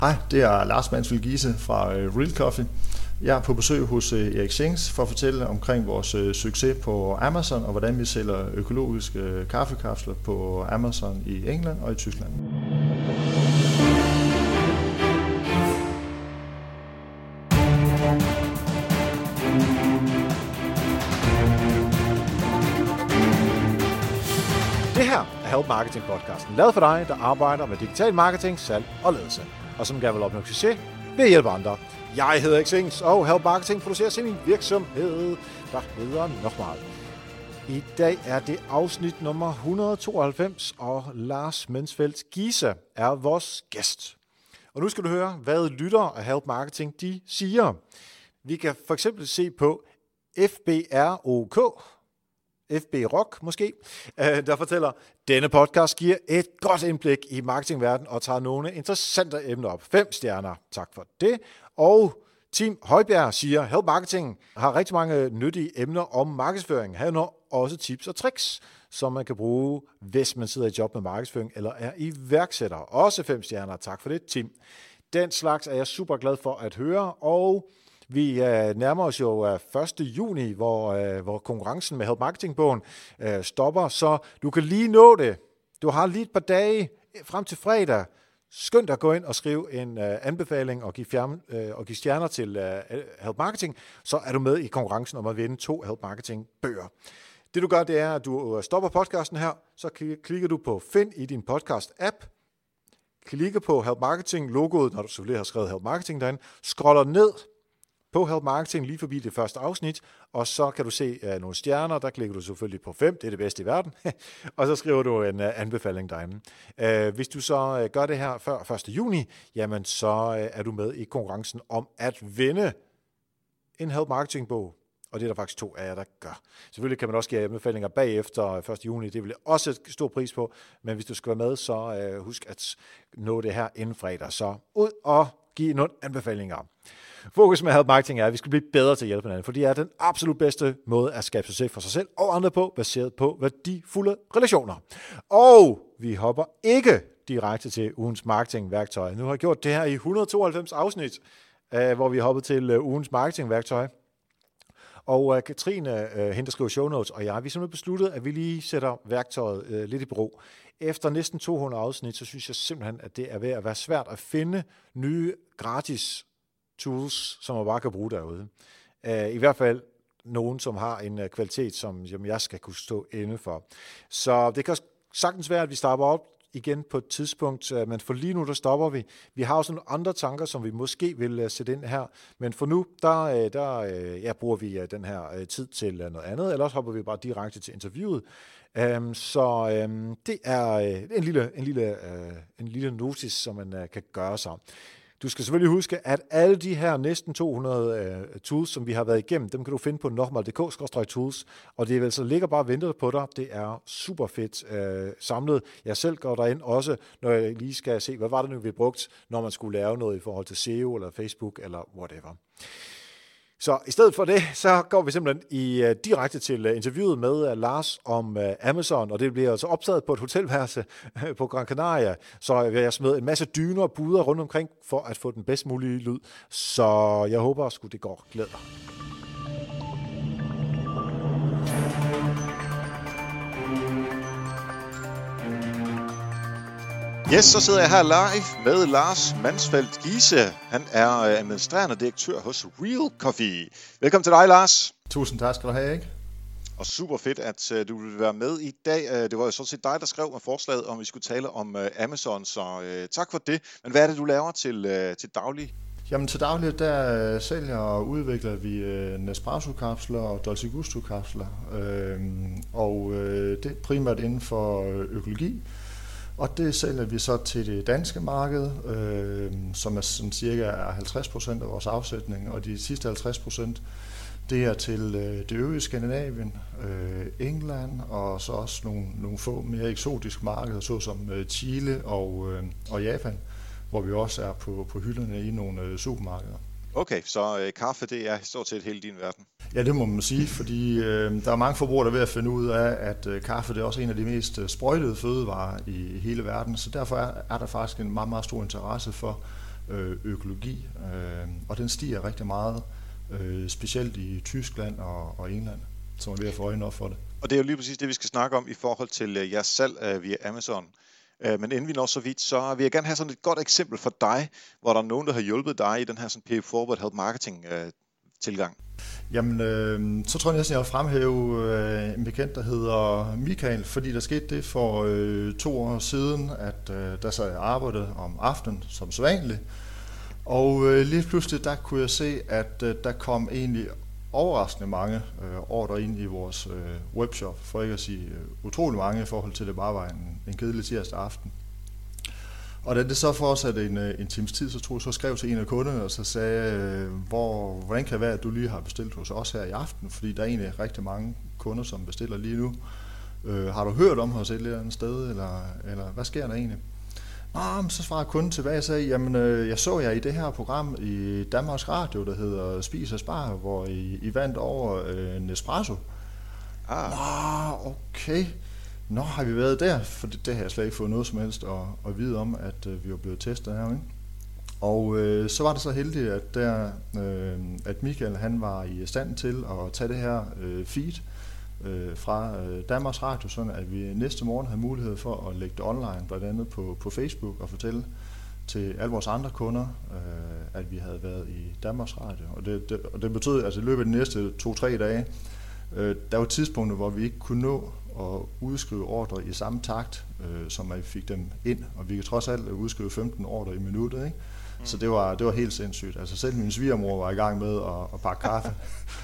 Hej, det er Lars Mansfeldt Giese fra Real Coffee. Jeg er på besøg hos Erik Schenks for at fortælle omkring vores succes på Amazon og hvordan vi sælger økologiske kaffekapsler på Amazon i England og i Tyskland. Det her er Help Marketing podcasten, lavet for dig, der arbejder med digital marketing, salg og ledelse, og som gerne vil opnå succes ved at hjælpe andre. Jeg hedder Erik Schenks, og Help Marketing producerer sin virksomhed, der hedder nok meget. I dag er det afsnit nummer 192, og Lars Mansfeldt Giese er vores gæst. Og nu skal du høre, hvad lyttere af Help Marketing de siger. Vi kan for eksempel se på FBROK, FB Rock måske, der fortæller, denne podcast giver et godt indblik i marketingverdenen og tager nogle interessante emner op. 5 stjerner. Tak for det. Og Tim Højbjerg siger, Help Marketing har rigtig mange nyttige emner om markedsføring. Herunder også tips og tricks, som man kan bruge, hvis man sidder i job med markedsføring eller er iværksætter. Også 5 stjerner. Tak for det, Tim. Den slags er jeg super glad for at høre, og vi nærmer os jo 1. juni, hvor konkurrencen med Help Marketing-bogen stopper, så du kan lige nå det. Du har lige et par dage frem til fredag. Skynd dig at gå ind og skrive en anbefaling og give stjerner til Help Marketing, så er du med i konkurrencen om at vinde 2 Help Marketing-bøger. Det du gør, det er, at du stopper podcasten her, så klikker du på Find i din podcast-app, klikker på Help Marketing-logoet, når du selvfølgelig har skrevet Help Marketing derinde, scroller ned på Help Marketing lige forbi det første afsnit, og så kan du se nogle stjerner, der klikker du selvfølgelig på 5, det er det bedste i verden, og så skriver du en anbefaling derinde. Hvis du så gør det her før 1. juni, jamen så er du med i konkurrencen om at vinde en Help Marketing-bog, og det er der faktisk 2 af jer, der gør. Selvfølgelig kan man også give anbefalinger bagefter 1. juni, det vil jeg også sætte stor pris på, men hvis du skal være med, så husk at nå det her inden fredag, så ud og give nogle anbefalinger. Fokus med Help Marketing er, at vi skal blive bedre til at hjælpe hinanden, for det er den absolut bedste måde at skabe succes for sig selv og andre på, baseret på værdifulde relationer. Og vi hopper ikke direkte til ugens marketingværktøj. Nu har jeg gjort det her i 192 afsnit, hvor vi har hoppet til ugens marketingværktøj. Og Katrine, hende der skriver show notes, og jeg, vi har simpelthen besluttet, at vi lige sætter værktøjet lidt i bero. Efter næsten 200 afsnit, så synes jeg simpelthen, at det er ved at være svært at finde nye gratis tools, som man bare kan bruge derude. I hvert fald nogen, som har en kvalitet, som jeg skal kunne stå inde for. Så det kan sagtens være, at vi starter op igen på et tidspunkt, men for lige nu, der stopper vi. Vi har også nogle andre tanker, som vi måske vil sætte ind her, men for nu, der bruger vi den her tid til noget andet, eller også hopper vi bare direkte til interviewet. Så det er en lille notis, som man kan gøre sig. Du skal selvfølgelig huske, at alle de her næsten 200 tools, som vi har været igennem, dem kan du finde på nokmal.dk/tools, og det vel så ligger bare og venter på dig. Det er super fedt samlet. Jeg selv går derind også, når jeg lige skal se, hvad var det nu, vi brugt, når man skulle lave noget i forhold til SEO eller Facebook eller whatever. Så i stedet for det, så går vi simpelthen direkte til interviewet med Lars om Amazon, og det bliver altså optaget på et hotelværelse på Gran Canaria, så jeg har smidt en masse dyner og puder rundt omkring for at få den bedst mulige lyd. Så jeg håber, at det går glæder. Yes, så sidder jeg her live med Lars Mansfeldt Giese. Han er administrerende direktør hos Real Coffee. Velkommen til dig, Lars. Tusind tak skal du have, ikke? Og super fedt, at du vil være med i dag. Det var jo sådan set dig, der skrev med forslaget, om vi skulle tale om Amazon, så tak for det. Men hvad er det, du laver til daglig? Jamen til daglig, der sælger og udvikler vi Nespresso-kapsler og Dolce Gusto-kapsler. Og det er primært inden for økologi. Og det sælger vi så til det danske marked, som er sådan cirka 50% af vores afsætning, og de sidste 50%, det er til det øvrige Skandinavien, England, og så også nogle få mere eksotiske markeder, såsom Chile og Japan, hvor vi også er på hylderne i nogle supermarkeder. Okay, så kaffe, det er stort set hele din verden? Ja, det må man sige, fordi der er mange forbrugere, der er ved at finde ud af, at kaffe det er også en af de mest sprøjtede fødevarer i hele verden, så derfor er der faktisk en meget, meget stor interesse for økologi, og den stiger rigtig meget, specielt i Tyskland og England, som er ved at få øjnene op for det. Og det er jo lige præcis det, vi skal snakke om i forhold til jeres salg via Amazon. Men inden vi når så vidt, så vil jeg gerne have sådan et godt eksempel for dig, hvor der er nogen, der har hjulpet dig i den her sådan Pay Forward Help Marketing tilgang. Jamen, så tror jeg næsten, jeg vil fremhæve en bekendt, der hedder Michael, fordi der skete det for 2 år siden, at der så jeg arbejdede om aftenen som sædvanligt. Og lige pludselig, der kunne jeg se, at der kom egentlig overraskende mange ordrer ind i vores webshop, for ikke at sige utrolig mange i forhold til, det bare var en kedelig tirsdag aften. Og da det så fortsatte en times tid, så skrev til en af kunderne og så sagde, hvordan kan det være, at du lige har bestilt hos os her i aften, fordi der er egentlig rigtig mange kunder, som bestiller lige nu. Har du hørt om os et eller andet sted, eller hvad sker der egentlig? Så svarede kunden tilbage og sagde, jamen jeg så jer i det her program i Danmarks Radio, der hedder Spis og Spar, hvor I vandt over Nespresso. Okay. Nå, har vi været der? For det har jeg slet ikke fået noget som helst at vide om, at vi var blevet testet her, ikke? Og så var det så heldigt, at Michael han var i stand til at tage det her feed fra Danmarks Radio, sådan at vi næste morgen havde mulighed for at lægge det online, blandt andet på Facebook, og fortælle til alle vores andre kunder, at vi havde været i Danmarks Radio. Og det betød, at i løbet af de næste 2-3 dage, der var tidspunkter, hvor vi ikke kunne nå at udskrive ordre i samme takt, som at vi fik dem ind. Og vi kan trods alt udskrive 15 ordre i minuttet, ikke? Så det var helt sindssygt. Altså selv min svigermor var i gang med at pakke kaffe.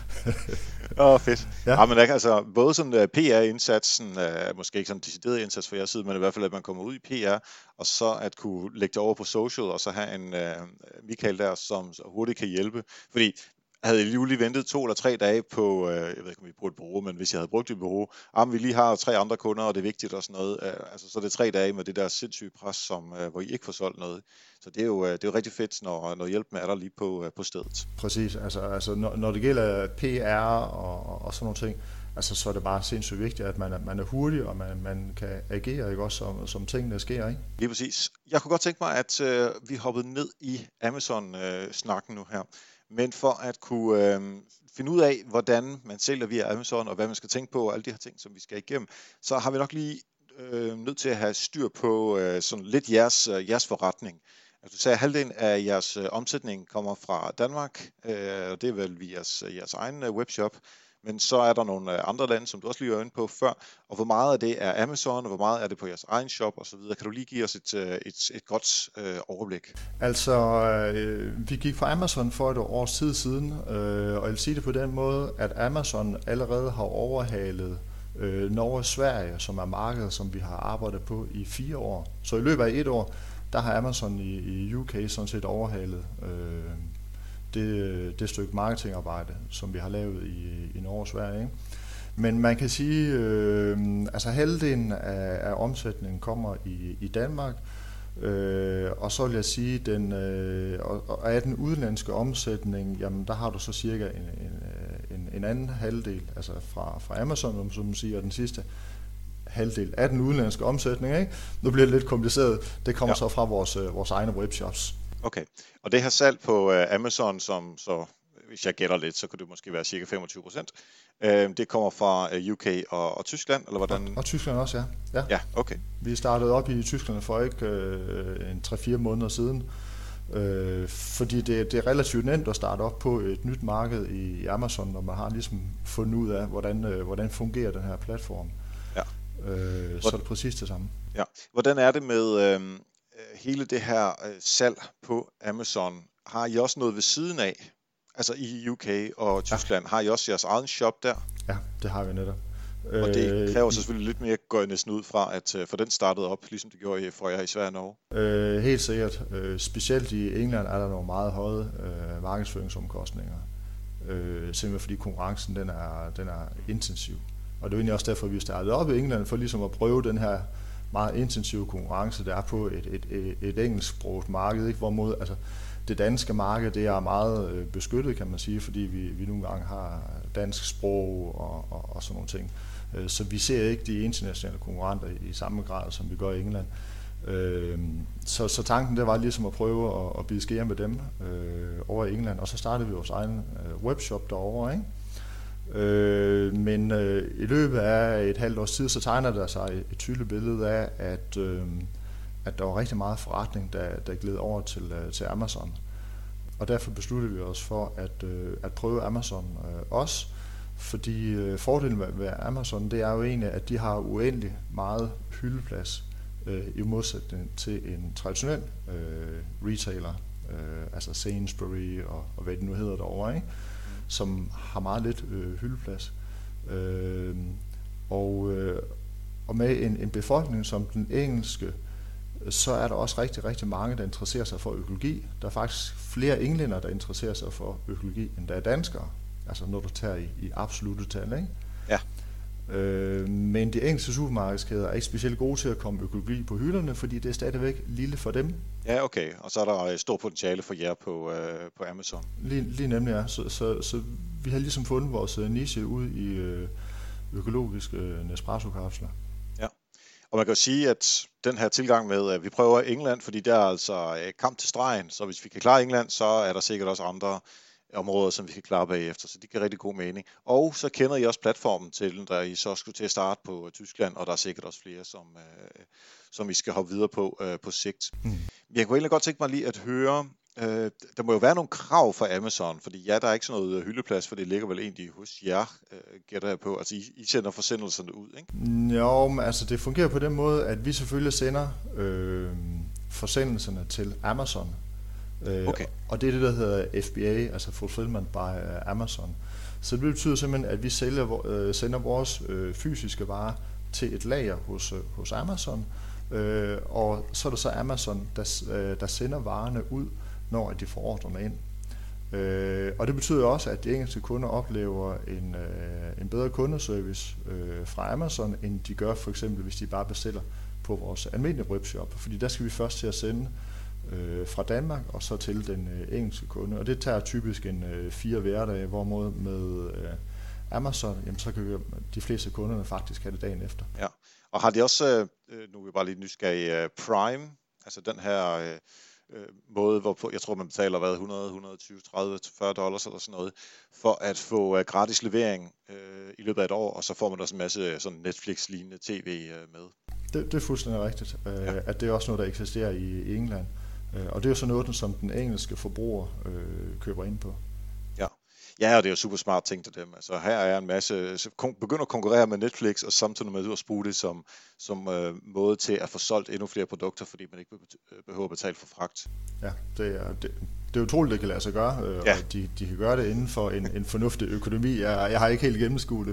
Fedt. Ja. Men altså både sådan PR-indsatsen, måske ikke sådan en decideret indsats fra jeres side, men i hvert fald at man kommer ud i PR, og så at kunne lægge det over på social, og så have en Michael der, som hurtigt kan hjælpe. Fordi havde jeg lige ventet 2 eller 3 dage på, jeg ved ikke om vi bruger et bureau, men hvis jeg havde brugt et bureau, vi lige har 3 andre kunder, og det er vigtigt og sådan noget, altså så er det 3 dage med det der sindssyge pres, hvor I ikke får solgt noget. Så det er jo rigtig fedt, når hjælpen er der lige på stedet. Præcis, altså når det gælder PR og sådan nogle ting, altså så er det bare sindssygt vigtigt, at man er hurtig, og man kan agere, ikke også, som tingene sker, ikke? Lige præcis. Jeg kunne godt tænke mig, at vi hoppede ned i Amazon-snakken nu her. Men for at kunne finde ud af, hvordan man sælger via Amazon, og hvad man skal tænke på, og alle de her ting, som vi skal igennem, så har vi nok lige nødt til at have styr på sådan lidt jeres forretning. Altså, du sagde, at halvdelen af jeres omsætning kommer fra Danmark, og det er vel via jeres egen webshop. Men så er der nogle andre lande, som du også lige har øjne på før, og hvor meget af det er Amazon, og hvor meget er det på jeres egen shop osv. Kan du lige give os et godt overblik? Altså, vi gik fra Amazon for et års tid siden, og jeg vil sige det på den måde, at Amazon allerede har overhalet Norge og Sverige, som er markedet, som vi har arbejdet på i 4 år. Så i løbet af 1 år, der har Amazon i UK sådan set overhalet det stykke marketingarbejde, som vi har lavet i Norge og Sverige, ikke? Men man kan sige, altså halvdelen af omsætningen kommer i Danmark, og så vil jeg sige, og af den udenlandske omsætning, jamen der har du så cirka en anden halvdel, altså fra Amazon, som man siger, og den sidste halvdel af den udenlandske omsætning, ikke? Nu bliver det lidt kompliceret, det kommer så fra vores egne webshops. Okay, og det her salg på Amazon, som så, hvis jeg gætter lidt, så kan det måske være cirka 25%. Det kommer fra UK og Tyskland, eller hvordan? Og Tyskland også, ja. Ja, okay. Vi startede op i Tyskland for ikke en 3-4 måneder siden, fordi det er relativt nemt at starte op på et nyt marked i Amazon, når man har ligesom fundet ud af, hvordan fungerer den her platform. Ja. Så er det præcis det samme. Ja. Hvordan er det med hele det her salg på Amazon? Har I også noget ved siden af? Altså i UK og Tyskland, har I også jeres egen shop der? Ja, det har vi netop. Og det kræver så selvfølgelig lidt mere, går jeg næsten ud fra, at få den startet op, ligesom det gjorde for jer i Sverige og Norge? Helt sikkert. Specielt i England er der nogle meget høje markedsføringsomkostninger. Simpelthen fordi konkurrencen den er intensiv. Og det er egentlig også derfor, vi startede op i England, for ligesom at prøve den her meget intensive konkurrence, der er på et engelsksproget marked, ikke? Hvorimod altså, det danske marked, det er meget beskyttet, kan man sige, fordi vi nogle gange har dansk sprog og sådan nogle ting. Så vi ser ikke de internationale konkurrenter i samme grad, som vi gør i England. Så tanken det var ligesom at prøve at bide skære med dem over i England, og så startede vi vores egen webshop derovre, ikke? Men i løbet af et halvt års tid, så tegner der sig et tydeligt billede af, at der var rigtig meget forretning, der gled over til Amazon. Og derfor besluttede vi os for at prøve Amazon også, fordi fordelen ved Amazon, det er jo egentlig, at de har uendelig meget hyldeplads i modsætning til en traditionel retailer, altså Sainsbury og hvad det nu hedder derovre, ikke? Som har meget lidt hyldeplads. Og med en befolkning som den engelske, så er der også rigtig, rigtig mange, der interesserer sig for økologi. Der er faktisk flere englænder, der interesserer sig for økologi, end der er danskere. Altså når du tager i absolutte tal, ikke? Ja. Men de engelske supermarkedskæder er ikke specielt gode til at komme økologi på hylderne, fordi det er stadigvæk lille for dem. Ja, okay. Og så er der stor potentiale for jer på Amazon. Lige nemlig, ja. Så vi har ligesom fundet vores niche ud i økologiske Nespresso-kapsler. Ja. Og man kan jo sige, at den her tilgang med, at vi prøver England, fordi der er altså kamp til stregen, så hvis vi kan klare England, så er der sikkert også andre områder, som vi kan klare bagefter, så det giver rigtig god mening. Og så kender I også platformen til, da I så skulle til at starte på Tyskland, og der er sikkert også flere, som I skal hoppe videre på sigt. Jeg kunne egentlig godt tænke mig lige at høre, der må jo være nogle krav for Amazon, fordi ja, der er ikke sådan noget hyldeplads, for det ligger vel egentlig hos jer, gætter jeg på. Altså I sender forsendelserne ud, ikke? Jo, men altså det fungerer på den måde, at vi selvfølgelig sender forsendelserne til Amazon. Okay. Og det er det, der hedder FBA, altså Fulfillment by Amazon. Så det betyder simpelthen, at vi sender vores fysiske varer til et lager hos Amazon, og så er det så Amazon, der sender varerne ud, når de får ordrene ind. Og det betyder også, at de engelske kunder oplever en bedre kundeservice fra Amazon, end de gør for eksempel, hvis de bare bestiller på vores almindelige webshop. Fordi der skal vi først til at sende fra Danmark og så til den engelske kunde. Og det tager typisk 4 hverdage, hvorimod med Amazon, jamen, så kan de fleste kunderne faktisk have det dagen efter. Ja, og har de også, nu er vi bare lidt nysgerrige, Prime, altså den her måde, hvorpå jeg tror, man betaler 100, 120, 30, 40 dollars eller sådan noget, for at få gratis levering i løbet af et år, og så får man også en masse sådan Netflix-lignende tv med. Det er fuldstændig rigtigt, at det er også noget, der eksisterer i England. Og det er jo sådan noget, som den engelske forbruger køber ind på. Ja, og det er jo super smart ting til dem. Altså her er en masse, begynder at konkurrere med Netflix, og samtidig med at bruge det som måde til at få solgt endnu flere produkter, fordi man ikke behøver at betale for fragt. Ja, det er utroligt, det kan lade sig gøre, og de kan gøre det inden for en fornuftig økonomi. Jeg har ikke helt gennemskuet det,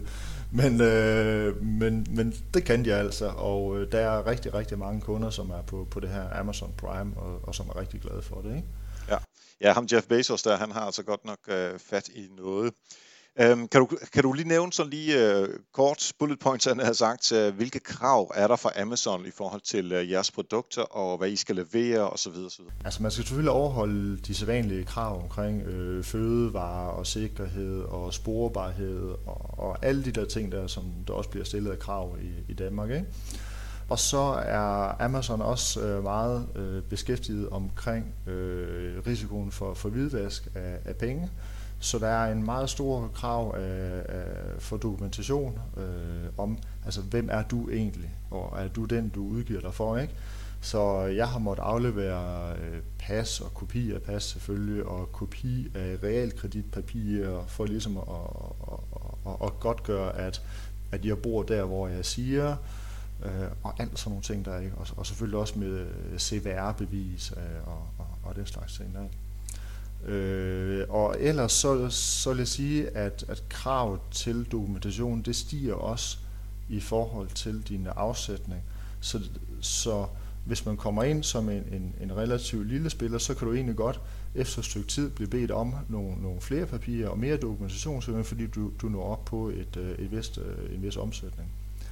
men det kan de altså, og der er rigtig, rigtig mange kunder, som er på det her Amazon Prime, og som er rigtig glade for det, ikke? Ja, ham Jeff Bezos der, han har altså godt nok fat i noget. Kan du lige nævne sådan lige kort bullet points, han har sagt, hvilke krav er der fra Amazon i forhold til jeres produkter, og hvad I skal levere osv.? Altså man skal selvfølgelig overholde de sædvanlige krav omkring fødevarer og sikkerhed og sporbarhed og alle de der ting der, som der også bliver stillet af krav i Danmark, ikke? Og så er Amazon også meget beskæftiget omkring risikoen for hvidvask af penge. Så der er en meget stor krav for dokumentation om, altså hvem er du egentlig, og er du den, du udgiver dig for, ikke? Så jeg har måttet aflevere pas og kopi af pas selvfølgelig, og kopi af realkreditpapirer for ligesom at godtgøre, at jeg bor der, hvor jeg siger, og alt sådan nogle ting der, ikke? Og selvfølgelig også med CVR-bevis og den slags ting der. Og ellers så vil jeg sige, at kravet til dokumentation, det stiger også i forhold til din afsætning. Så hvis man kommer ind som en relativt lille spiller, så kan du egentlig godt efter et stykke tid blive bedt om nogle flere papirer og mere dokumentation, fordi du når op på en vis omsætning.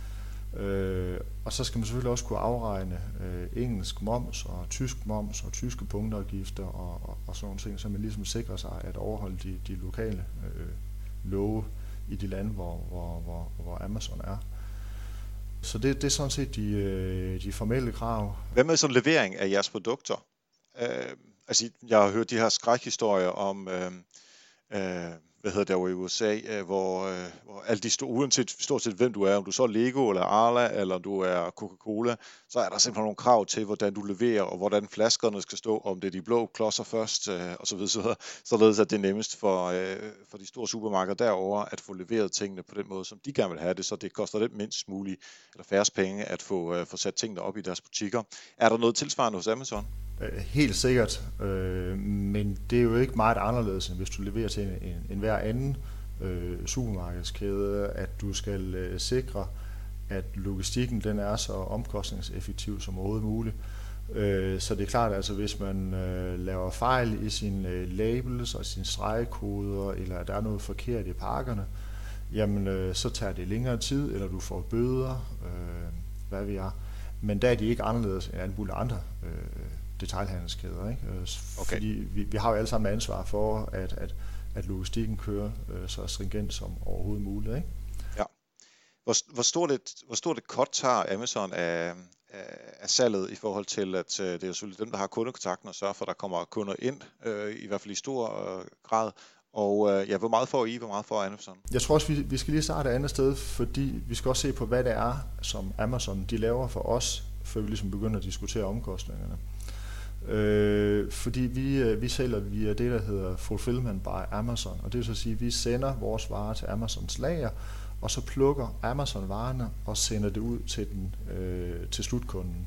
Og så skal man selvfølgelig også kunne afregne engelsk moms og tysk moms og tyske punktafgifter og sådan nogle ting, så man ligesom sikrer sig at overholde de lokale love i de lande, hvor Amazon er. Så det er sådan set de formelle krav. Hvad med sådan levering af jeres produkter? Altså, jeg har hørt de her skrækhistorier om, over i USA, hvor alle de store, uanset stort set hvem du er, om du så er Lego eller Arla, eller du er Coca-Cola, så er der simpelthen nogle krav til, hvordan du leverer, og hvordan flaskerne skal stå, om det er de blå klodser først, og så videre, således at det er nemmest for de store supermarkeder derovre at få leveret tingene på den måde, som de gerne vil have det, så det koster lidt mindst muligt, eller færrest penge, at få sat tingene op i deres butikker. Er der noget tilsvarende hos Amazon? Helt sikkert, men det er jo ikke meget anderledes, end hvis du leverer til en hver anden supermarkedskæde, at du skal sikre, at logistikken den er så omkostningseffektiv som overhovedet muligt. Så det er klart, altså hvis man laver fejl i sine labels og sine stregkoder, eller at der er noget forkert i pakkerne, jamen så tager det længere tid, eller du får bøder, hvad vi er. Men der er de ikke anderledes end alle mulige andre detailhandelskæder, ikke? Okay. Fordi vi har jo alle sammen ansvar for, at logistikken kører så stringent som overhovedet muligt, ikke? Ja. Hvor stort et cut tager Amazon af salget i forhold til, at det er jo selvfølgelig dem, der har kundekontakten og sørger for, at der kommer kunder ind, i hvert fald i stor grad. Og hvor meget får I, hvor meget får Amazon? Jeg tror også, vi skal lige starte et andet sted, fordi vi skal også se på, hvad det er, som Amazon de laver for os, før vi ligesom begynder at diskutere omkostningerne. Fordi vi sælger via det, der hedder Fulfillment by Amazon, og det vil så sige, at vi sender vores varer til Amazons lager, og så plukker Amazon varerne og sender det ud til slutkunden.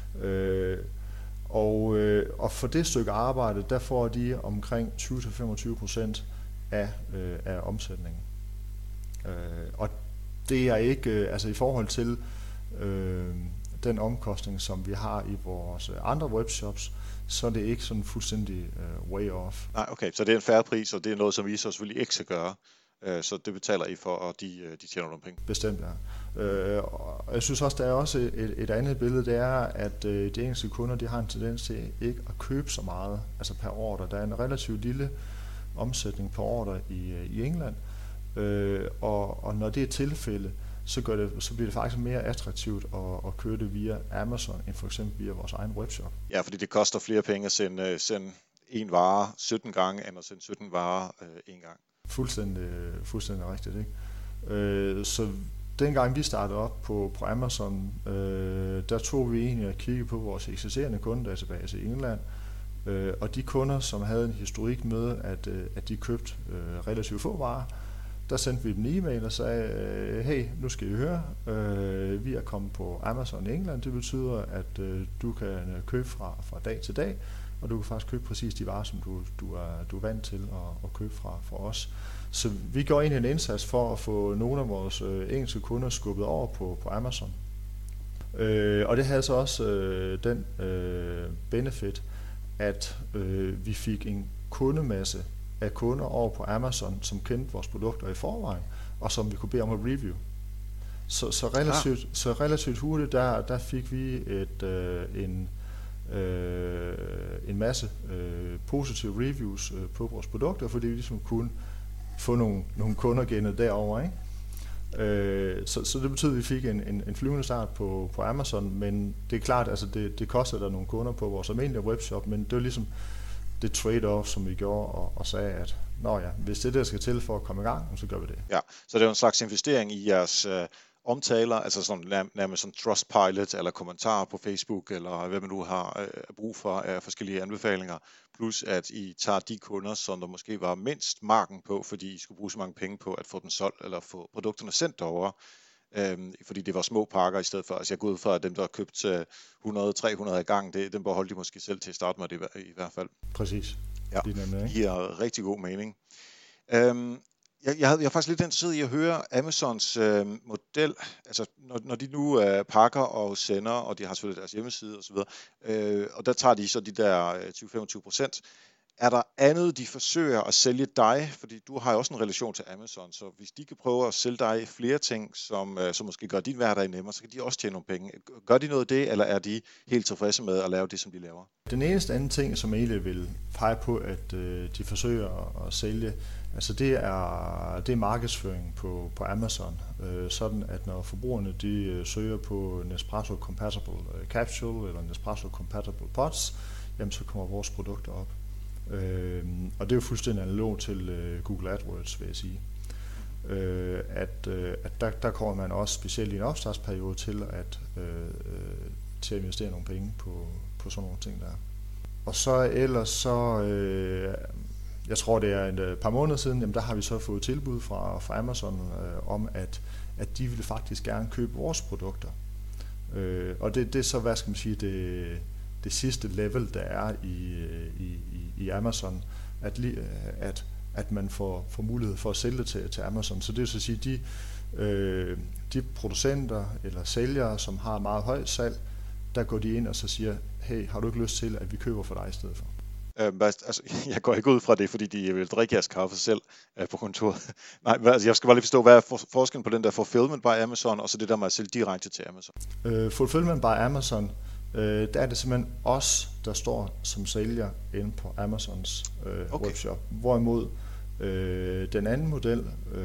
Og for det stykke arbejde, der får de omkring 20-25% af omsætningen. Og det er ikke, altså i forhold til den omkostning, som vi har i vores andre webshops, så er det ikke sådan fuldstændig way off. Nej, okay, så det er en fair pris, og det er noget, som I så selvfølgelig ikke skal gøre. Så det betaler I for, og de tjener nogle penge. Bestemt, ja. Og jeg synes også, der er også et andet billede, det er, at de engelske kunder, de har en tendens til ikke at købe så meget, altså per ordre. Der er en relativt lille omsætning per ordre i England, og når det er tilfælde, så bliver det faktisk mere attraktivt at køre det via Amazon, end for eksempel via vores egen webshop. Ja, fordi det koster flere penge at sende en vare 17 gange, end at sende 17 varer en gang. Fuldstændig rigtigt, ikke? Så dengang vi startede op på Amazon, der tog vi egentlig at kigge på vores eksisterende kundedatabase i England, og de kunder, som havde en historik med, at de købte relativt få varer, der sendte vi dem en e-mail og sagde, hey, nu skal I høre, vi er kommet på Amazon i England. Det betyder, at du kan købe fra dag til dag, og du kan faktisk købe præcis de varer, som du er vant til at købe fra os. Så vi går ind i en indsats for at få nogle af vores engelske kunder skubbet over på Amazon. Og det havde så også den benefit, at vi fik en kundemasse af kunder over på Amazon, som kendte vores produkter i forvejen, og som vi kunne bede om at review. Så relativt hurtigt, der fik vi en masse positive reviews på vores produkter, fordi vi ligesom kunne få nogle kunder gennet derovre, ikke? Så det betød, at vi fik en flyvende start på Amazon, men det er klart, altså det kostede der nogle kunder på vores almindelige webshop, men det var ligesom det trade-off, som vi gjorde, og sagde, at hvis det der skal til for at komme i gang, så gør vi det. Ja, så det er jo en slags investering i jeres omtaler, altså sådan nærmest sådan Trustpilot eller kommentarer på Facebook, eller hvad man nu har brug for af forskellige anbefalinger, plus at I tager de kunder, som der måske var mindst marken på, fordi I skulle bruge så mange penge på at få den solgt, eller få produkterne sendt derover, fordi det var små pakker i stedet for, altså jeg går ud fra, at dem, der har købt 100-300 af gang, dem beholdt de måske selv til at starte med det i hvert fald. Præcis. Ja, det giver rigtig god mening. Jeg er faktisk lidt interesseret i at høre Amazons model, altså når de nu pakker og sender, og de har selvfølgelig deres hjemmeside osv., og der tager de så de der 20-25%. Er der andet, de forsøger at sælge dig? Fordi du har jo også en relation til Amazon, så hvis de kan prøve at sælge dig flere ting, som måske gør din hverdag nemmere, så kan de også tjene nogle penge. Gør de noget af det, eller er de helt tilfredse med at lave det, som de laver? Den eneste anden ting, som jeg egentlig vil pege på, at de forsøger at sælge, altså det er markedsføring på Amazon. Sådan at når forbrugerne de søger på Nespresso Compatible Capsule eller Nespresso Compatible Pods, jamen så kommer vores produkter op. Og det er jo fuldstændig analog til Google AdWords, vil jeg sige. At der kommer man også specielt i en opstartsperiode til at investere nogle penge på sådan nogle ting der. Og så ellers jeg tror det er et par måneder siden, jamen der har vi så fået tilbud fra Amazon om at de vil faktisk gerne købe vores produkter. Og det er så, hvad skal man sige, det sidste level, der er i Amazon, at man får mulighed for at sælge det til Amazon. Så det vil så sige, de producenter eller sælgere, som har meget højt salg, der går de ind og så siger, hey, har du ikke lyst til, at vi køber for dig i stedet for? Altså, jeg går ikke ud fra det, fordi de vil drikke jeres kaffe selv på kontoret. Nej, altså, jeg skal bare lige forstå, hvad er forskellen på den der fulfillment by Amazon, og så det der med at sælge direkte til Amazon? Fulfillment by Amazon, der er det simpelthen os, der står som sælger inde på Amazons webshop. Hvorimod den anden model,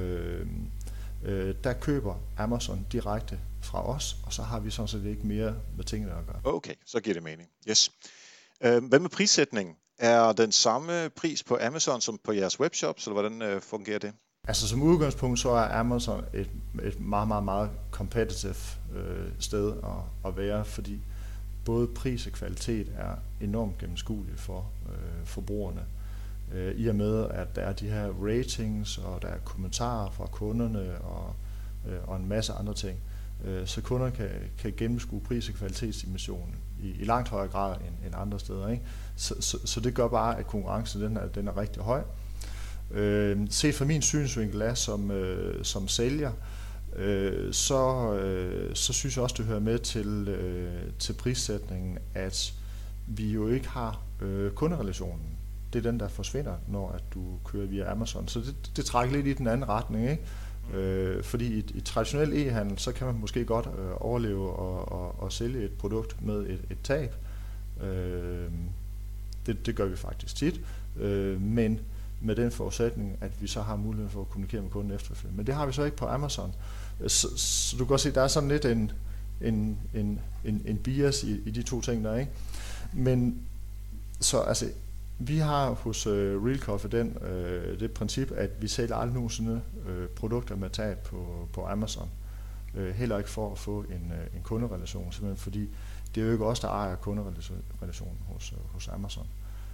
der køber Amazon direkte fra os, og så har vi sådan set ikke mere med tingene at gøre. Okay, så giver det mening. Yes. Hvad med prissætningen? Er den samme pris på Amazon som på jeres webshops, eller hvordan fungerer det? Altså som udgangspunkt, så er Amazon et meget, meget, meget competitive sted at være, fordi både pris og kvalitet er enormt gennemskueligt for forbrugerne. I og med, at der er de her ratings, og der er kommentarer fra kunderne, og en masse andre ting, så kunder kan gennemskue pris- og kvalitetsdimensionen i langt højere grad end andre steder. Ikke? Så det gør bare, at konkurrencen den er rigtig høj. Set fra min synsvinkel af som sælger, så synes jeg også, det hører med til prissætningen, at vi jo ikke har kunderelationen. Det er den, der forsvinder, når at du kører via Amazon. Så det trækker lidt i den anden retning, ikke? Fordi i traditionel e-handel, så kan man måske godt overleve og sælge et produkt med et tab. Det gør vi faktisk tit, men med den forudsætning, at vi så har mulighed for at kommunikere med kunden efterfølgende. Men det har vi så ikke på Amazon. Så du kan godt se, der er sådan lidt en bias i de to ting der, ikke? Men så altså, vi har hos Real Coffee det princip, at vi sælger aldrig nogensinde produkter med tab på Amazon. Heller ikke for at få en kunderelation, simpelthen fordi det er jo ikke os, der ejer kunderelationen hos Amazon.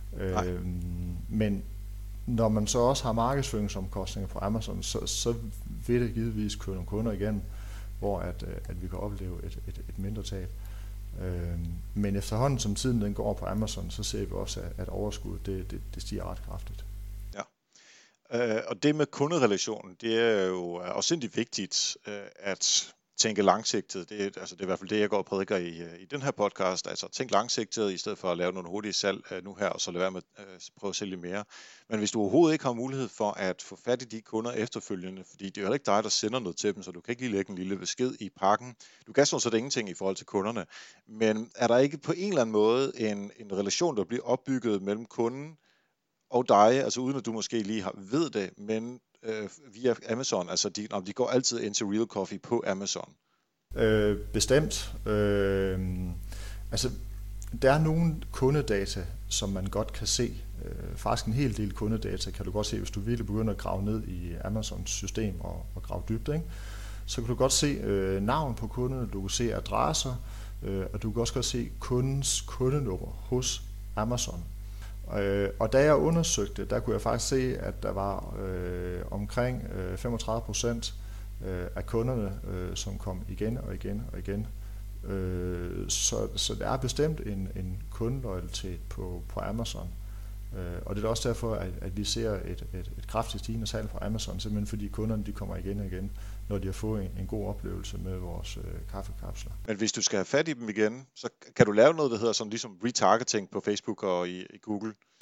Men når man så også har markedsføringsomkostninger på Amazon, så vil det givetvis køre nogle kunder igen, hvor at vi kan opleve et mindre tab. Men efterhånden som tiden den går på Amazon, så ser vi også, at overskuddet det stiger ret kraftigt. Ja, og det med kunderelationen, det er jo også sindssygt vigtigt at tænke langsigtet. Det er i hvert fald det, jeg går og prædiker i den her podcast. Altså tænk langsigtet, i stedet for at lave nogle hurtige salg nu her, og så lade være med at prøve at sælge mere. Men hvis du overhovedet ikke har mulighed for at få fat i de kunder efterfølgende, fordi det er jo ikke dig, der sender noget til dem, så du kan ikke lige lægge en lille besked i pakken. Du kan sådan set ingenting i forhold til kunderne. Men er der ikke på en eller anden måde en relation, der bliver opbygget mellem kunden og dig, altså uden at du måske lige ved det, men via Amazon, altså de går altid ind til Real Coffee på Amazon? Bestemt. Altså, der er nogle kundedata, som man godt kan se. Faktisk en hel del kundedata kan du godt se, hvis du virkelig begynder at grave ned i Amazons system og grave dybt, ikke? Så kan du godt se navn på kunderne, du kan se adresser, og du kan også godt se kundens kundenummer hos Amazon. Og da jeg undersøgte, der kunne jeg faktisk se, at der var omkring 35% af kunderne, som kom igen og igen og igen. Så der er bestemt en kundeloyalitet på Amazon. Og det er også derfor, at vi ser et kraftigt stigende salg fra Amazon, simpelthen fordi kunderne de kommer igen og igen, når de har fået en god oplevelse med vores kaffekapsler. Men hvis du skal have fat i dem igen, så kan du lave noget, der hedder sådan ligesom retargeting på Facebook og i Google?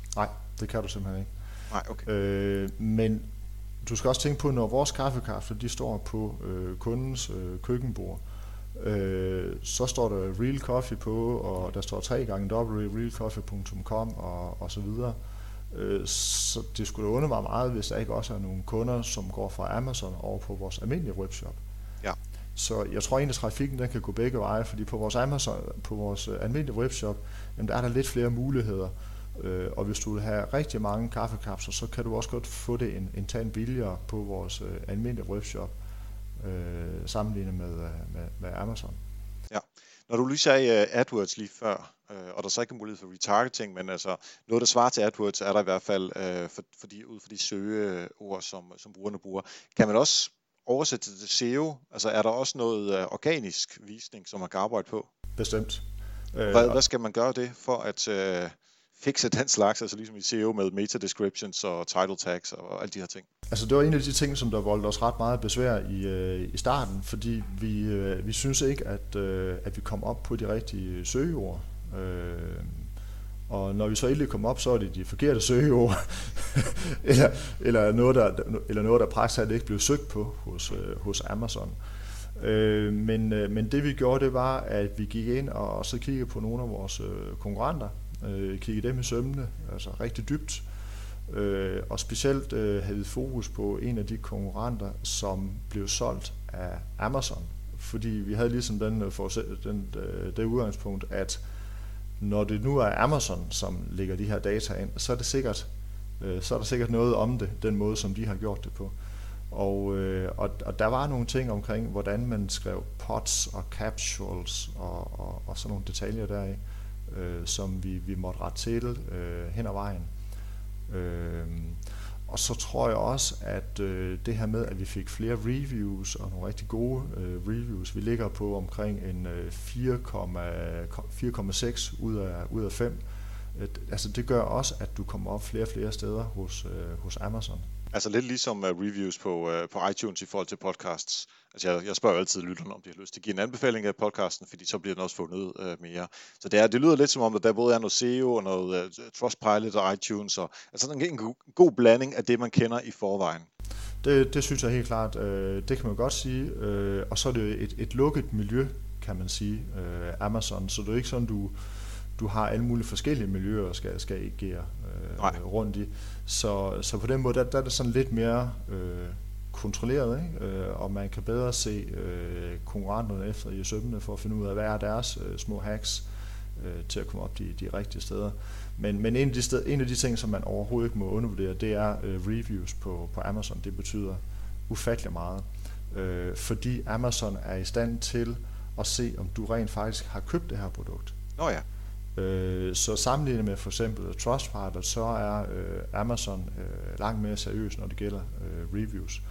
Nej, det kan du simpelthen ikke. Nej, okay. Men du skal også tænke på, når vores kaffekapsler de står på kundens køkkenbord, så står der Real Coffee på, og der står 3 gange www.realcoffee.com og så videre. Så det skulle da undre mig meget, hvis der ikke også er nogle kunder, som går fra Amazon over på vores almindelige webshop. Ja. Så jeg tror egentlig, at trafikken den kan gå begge veje, fordi på vores almindelige webshop, jamen, der er der lidt flere muligheder. Og hvis du vil have rigtig mange kaffekapsler, så kan du også godt få det en tand billigere på vores almindelige webshop, sammenlignet med Amazon. Ja. Når du lige sagde AdWords lige før, og der så ikke er mulighed for retargeting, men altså noget, der svarer til AdWords, er der i hvert fald ud for de søgeord, som brugerne bruger. Kan man også oversætte til SEO? Altså er der også noget organisk visning, som man kan arbejde på? Bestemt. Hvad skal man gøre det for at fikse den slags, altså ligesom i SEO med meta descriptions og title tags og alle de her ting? Altså det var en af de ting, som der voldte os ret meget besvær i starten, fordi vi synes ikke, at vi kom op på de rigtige søgeord. Og når vi så endelig kom op, så er det de forkerte søgeord, eller noget, der praktisk ikke blev søgt på hos Amazon. Men det vi gjorde, det var, at vi gik ind og så kiggede på nogle af vores konkurrenter, kiggede dem i sømmene, altså rigtig dybt. Og specielt havde vi fokus på en af de konkurrenter, som blev solgt af Amazon. Fordi vi havde ligesom det udgangspunkt, at når det nu er Amazon, som lægger de her data ind, så er der sikkert noget om det, den måde, som de har gjort det på. Og der var nogle ting omkring, hvordan man skrev pods og capsules og sådan nogle detaljer deri, som vi måtte rette til hen ad vejen. Og så tror jeg også, at det her med, at vi fik flere reviews og nogle rigtig gode reviews, vi ligger på omkring en 4,6 ud af 5. Altså det gør også, at du kommer op flere steder hos Amazon. Altså lidt ligesom reviews på iTunes i forhold til podcasts. Altså jeg spørger altid lytterne, om de har lyst til at give en anbefaling af podcasten, fordi så bliver den også fundet mere. Så det lyder lidt som om, at der både er noget SEO og noget Trustpilot og iTunes, og altså en god blanding af det, man kender i forvejen. Det synes jeg helt klart, det kan man godt sige. Og så er det et lukket miljø, kan man sige, Amazon, så det er ikke sådan, du har alle mulige forskellige miljøer, skal agere rundt i. Så på den måde, der er det sådan lidt mere kontrolleret, ikke? Og man kan bedre se konkurrenterne efter i sømmene for at finde ud af, hvad er deres små hacks til at komme op de rigtige steder. Men en af de ting, som man overhovedet ikke må undervurdere, det er reviews på Amazon. Det betyder ufattelig meget, fordi Amazon er i stand til at se, om du rent faktisk har købt det her produkt. Nå ja. Så sammenlignet med for eksempel Trustpilot, så er Amazon langt mere seriøs, når det gælder reviews.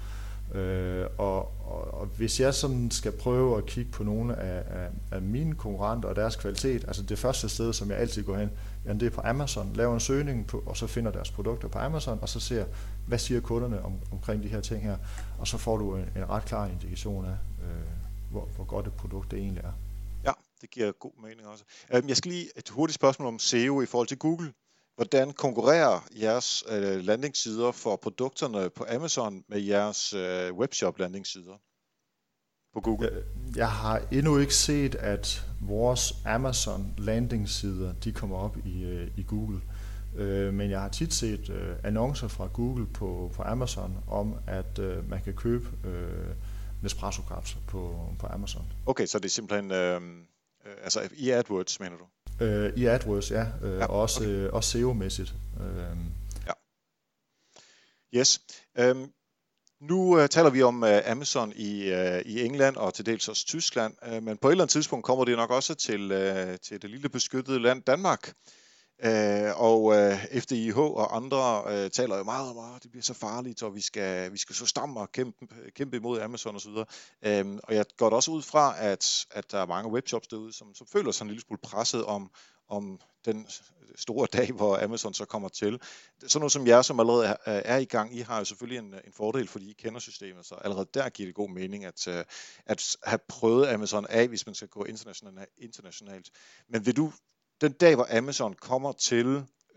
Og hvis jeg sådan skal prøve at kigge på nogle af mine konkurrenter og deres kvalitet, altså det første sted, som jeg altid går hen, det er på Amazon, laver en søgning på, og så finder deres produkter på Amazon, og så ser, hvad siger kunderne omkring de her ting her, og så får du en ret klar indikation af, hvor godt et produkt det egentlig er. Det giver god mening også. Jeg skal lige et hurtigt spørgsmål om SEO i forhold til Google. Hvordan konkurrerer jeres landingssider for produkterne på Amazon med jeres webshop landingssider på Google? Jeg har endnu ikke set, at vores Amazon landingssider de kommer op i Google. Men jeg har tit set annoncer fra Google på Amazon om, at man kan købe Nespresso-kapsler på Amazon. Okay, så det er simpelthen altså i AdWords, mener du? I AdWords, ja. Ja, også, okay. også SEO-mæssigt. Ja. Yes. Nu taler vi om Amazon i England og til dels også Tyskland, men på et eller andet tidspunkt kommer det nok også til det lille beskyttede land Danmark. Og FDIH og andre taler jo meget om, at det bliver så farligt, og vi skal så stamme og kæmpe imod Amazon osv. Og jeg går da også ud fra, at der er mange webshops derude, som føler sig en lille smule presset om den store dag, hvor Amazon så kommer til. Sådan noget som jer, som allerede er i gang, I har jo selvfølgelig en fordel, fordi I kender systemet, så allerede der giver det god mening at have prøvet Amazon af, hvis man skal gå internationalt. Men vil du den dag, hvor Amazon kommer til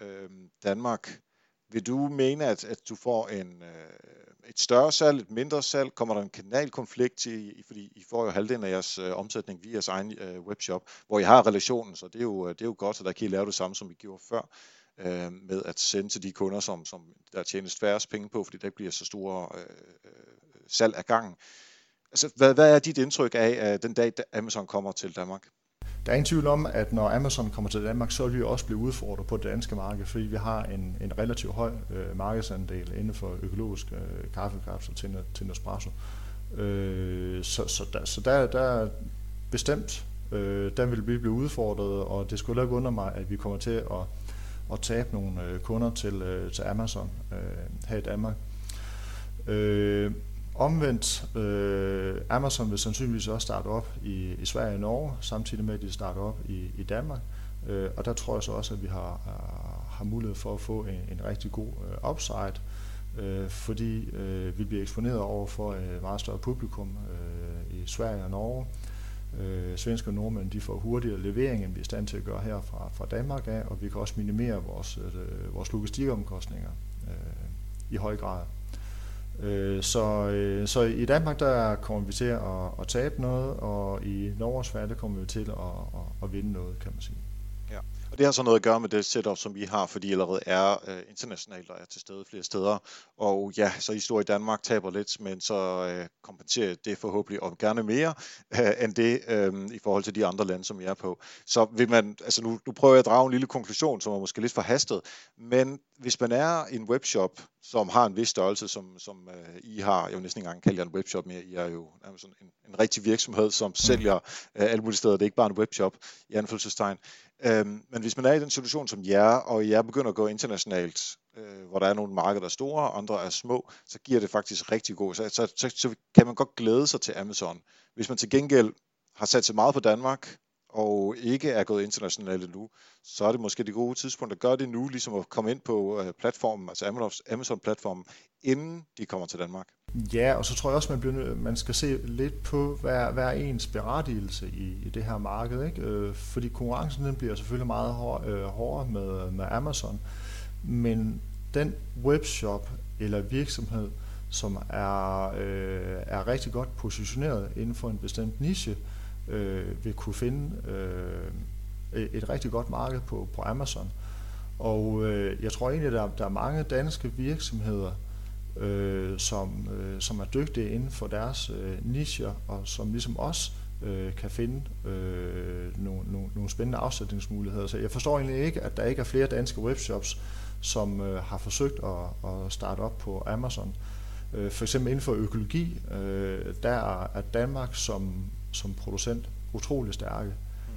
Danmark. Vil du mene, at du får et større salg, et mindre salg? Kommer der en kanalkonflikt fordi I får jo halvdelen af jeres omsætning via jeres egen webshop, hvor I har relationen, så det er jo godt, så der kan I lave det samme, som I gjorde før, med at sende til de kunder, som der tjenes færrest penge på, fordi der bliver så store salg af gangen. Altså, hvad er dit indtryk af den dag, da Amazon kommer til Danmark? Der er ingen tvivl om, at når Amazon kommer til Danmark, så vil vi også blive udfordret på det danske marked, fordi vi har en relativt høj markedsandel inden for økologisk kaffekapsler til Nespresso. Så der er bestemt, der vil vi blive udfordret, og det skulle ikke undre mig, at vi kommer til at tabe nogle kunder til Amazon her i Danmark. Omvendt, Amazon vil sandsynligvis også starte op i Sverige og Norge, samtidig med at de starter op i Danmark. Og der tror jeg så også, at vi har mulighed for at få en rigtig god upside, fordi vi bliver eksponeret over for et meget større publikum i Sverige og Norge. Svenske og nordmænd, de får hurtigere levering, end vi er i stand til at gøre her fra Danmark af, og vi kan også minimere vores logistikomkostninger i høj grad. Så i Danmark, der kommer vi til at tabe noget, og i Norge og Sverige, der kommer vi til at vinde noget, kan man sige. Ja, og det har så noget at gøre med det setup, som vi har, fordi I allerede er internationalt og er til stede flere steder. Og ja, så I står i Danmark, taber lidt, men så kompenserer det forhåbentlig og gerne mere end det i forhold til de andre lande, som I er på. Så vil man, altså nu prøver jeg at drage en lille konklusion, som er måske lidt forhastet, men hvis man er en webshop, som har en vis størrelse, som I har, jeg vil næsten ikke engang kalde jer en webshop mere, I er jo sådan en rigtig virksomhed, som sælger alle mulige steder, det er ikke bare en webshop, i anførselstegn. Men hvis man er i den situation som jer, og I er begyndt at gå internationalt, hvor der er nogle markeder, der er store, og andre er små, så giver det faktisk rigtig god. Så kan man godt glæde sig til Amazon. Hvis man til gengæld har sat sig meget på Danmark, og ikke er gået internationalt endnu, så er det måske det gode tidspunkt at gøre det nu, ligesom at komme ind på platformen, altså Amazon-platformen, inden de kommer til Danmark. Ja, og så tror jeg også, man skal se lidt på, hvad er ens berettigelse i det her marked, ikke? Fordi konkurrencen den bliver selvfølgelig meget hårdere med Amazon, men den webshop eller virksomhed, som er rigtig godt positioneret inden for en bestemt niche, vil kunne finde et rigtig godt marked på Amazon. Og jeg tror egentlig, at der er mange danske virksomheder, som er dygtige inden for deres nicher, og som ligesom os kan finde nogle spændende afsætningsmuligheder. Så jeg forstår egentlig ikke, at der ikke er flere danske webshops, som har forsøgt at starte op på Amazon. For eksempel inden for økologi, der er Danmark som producent utrolig stærke.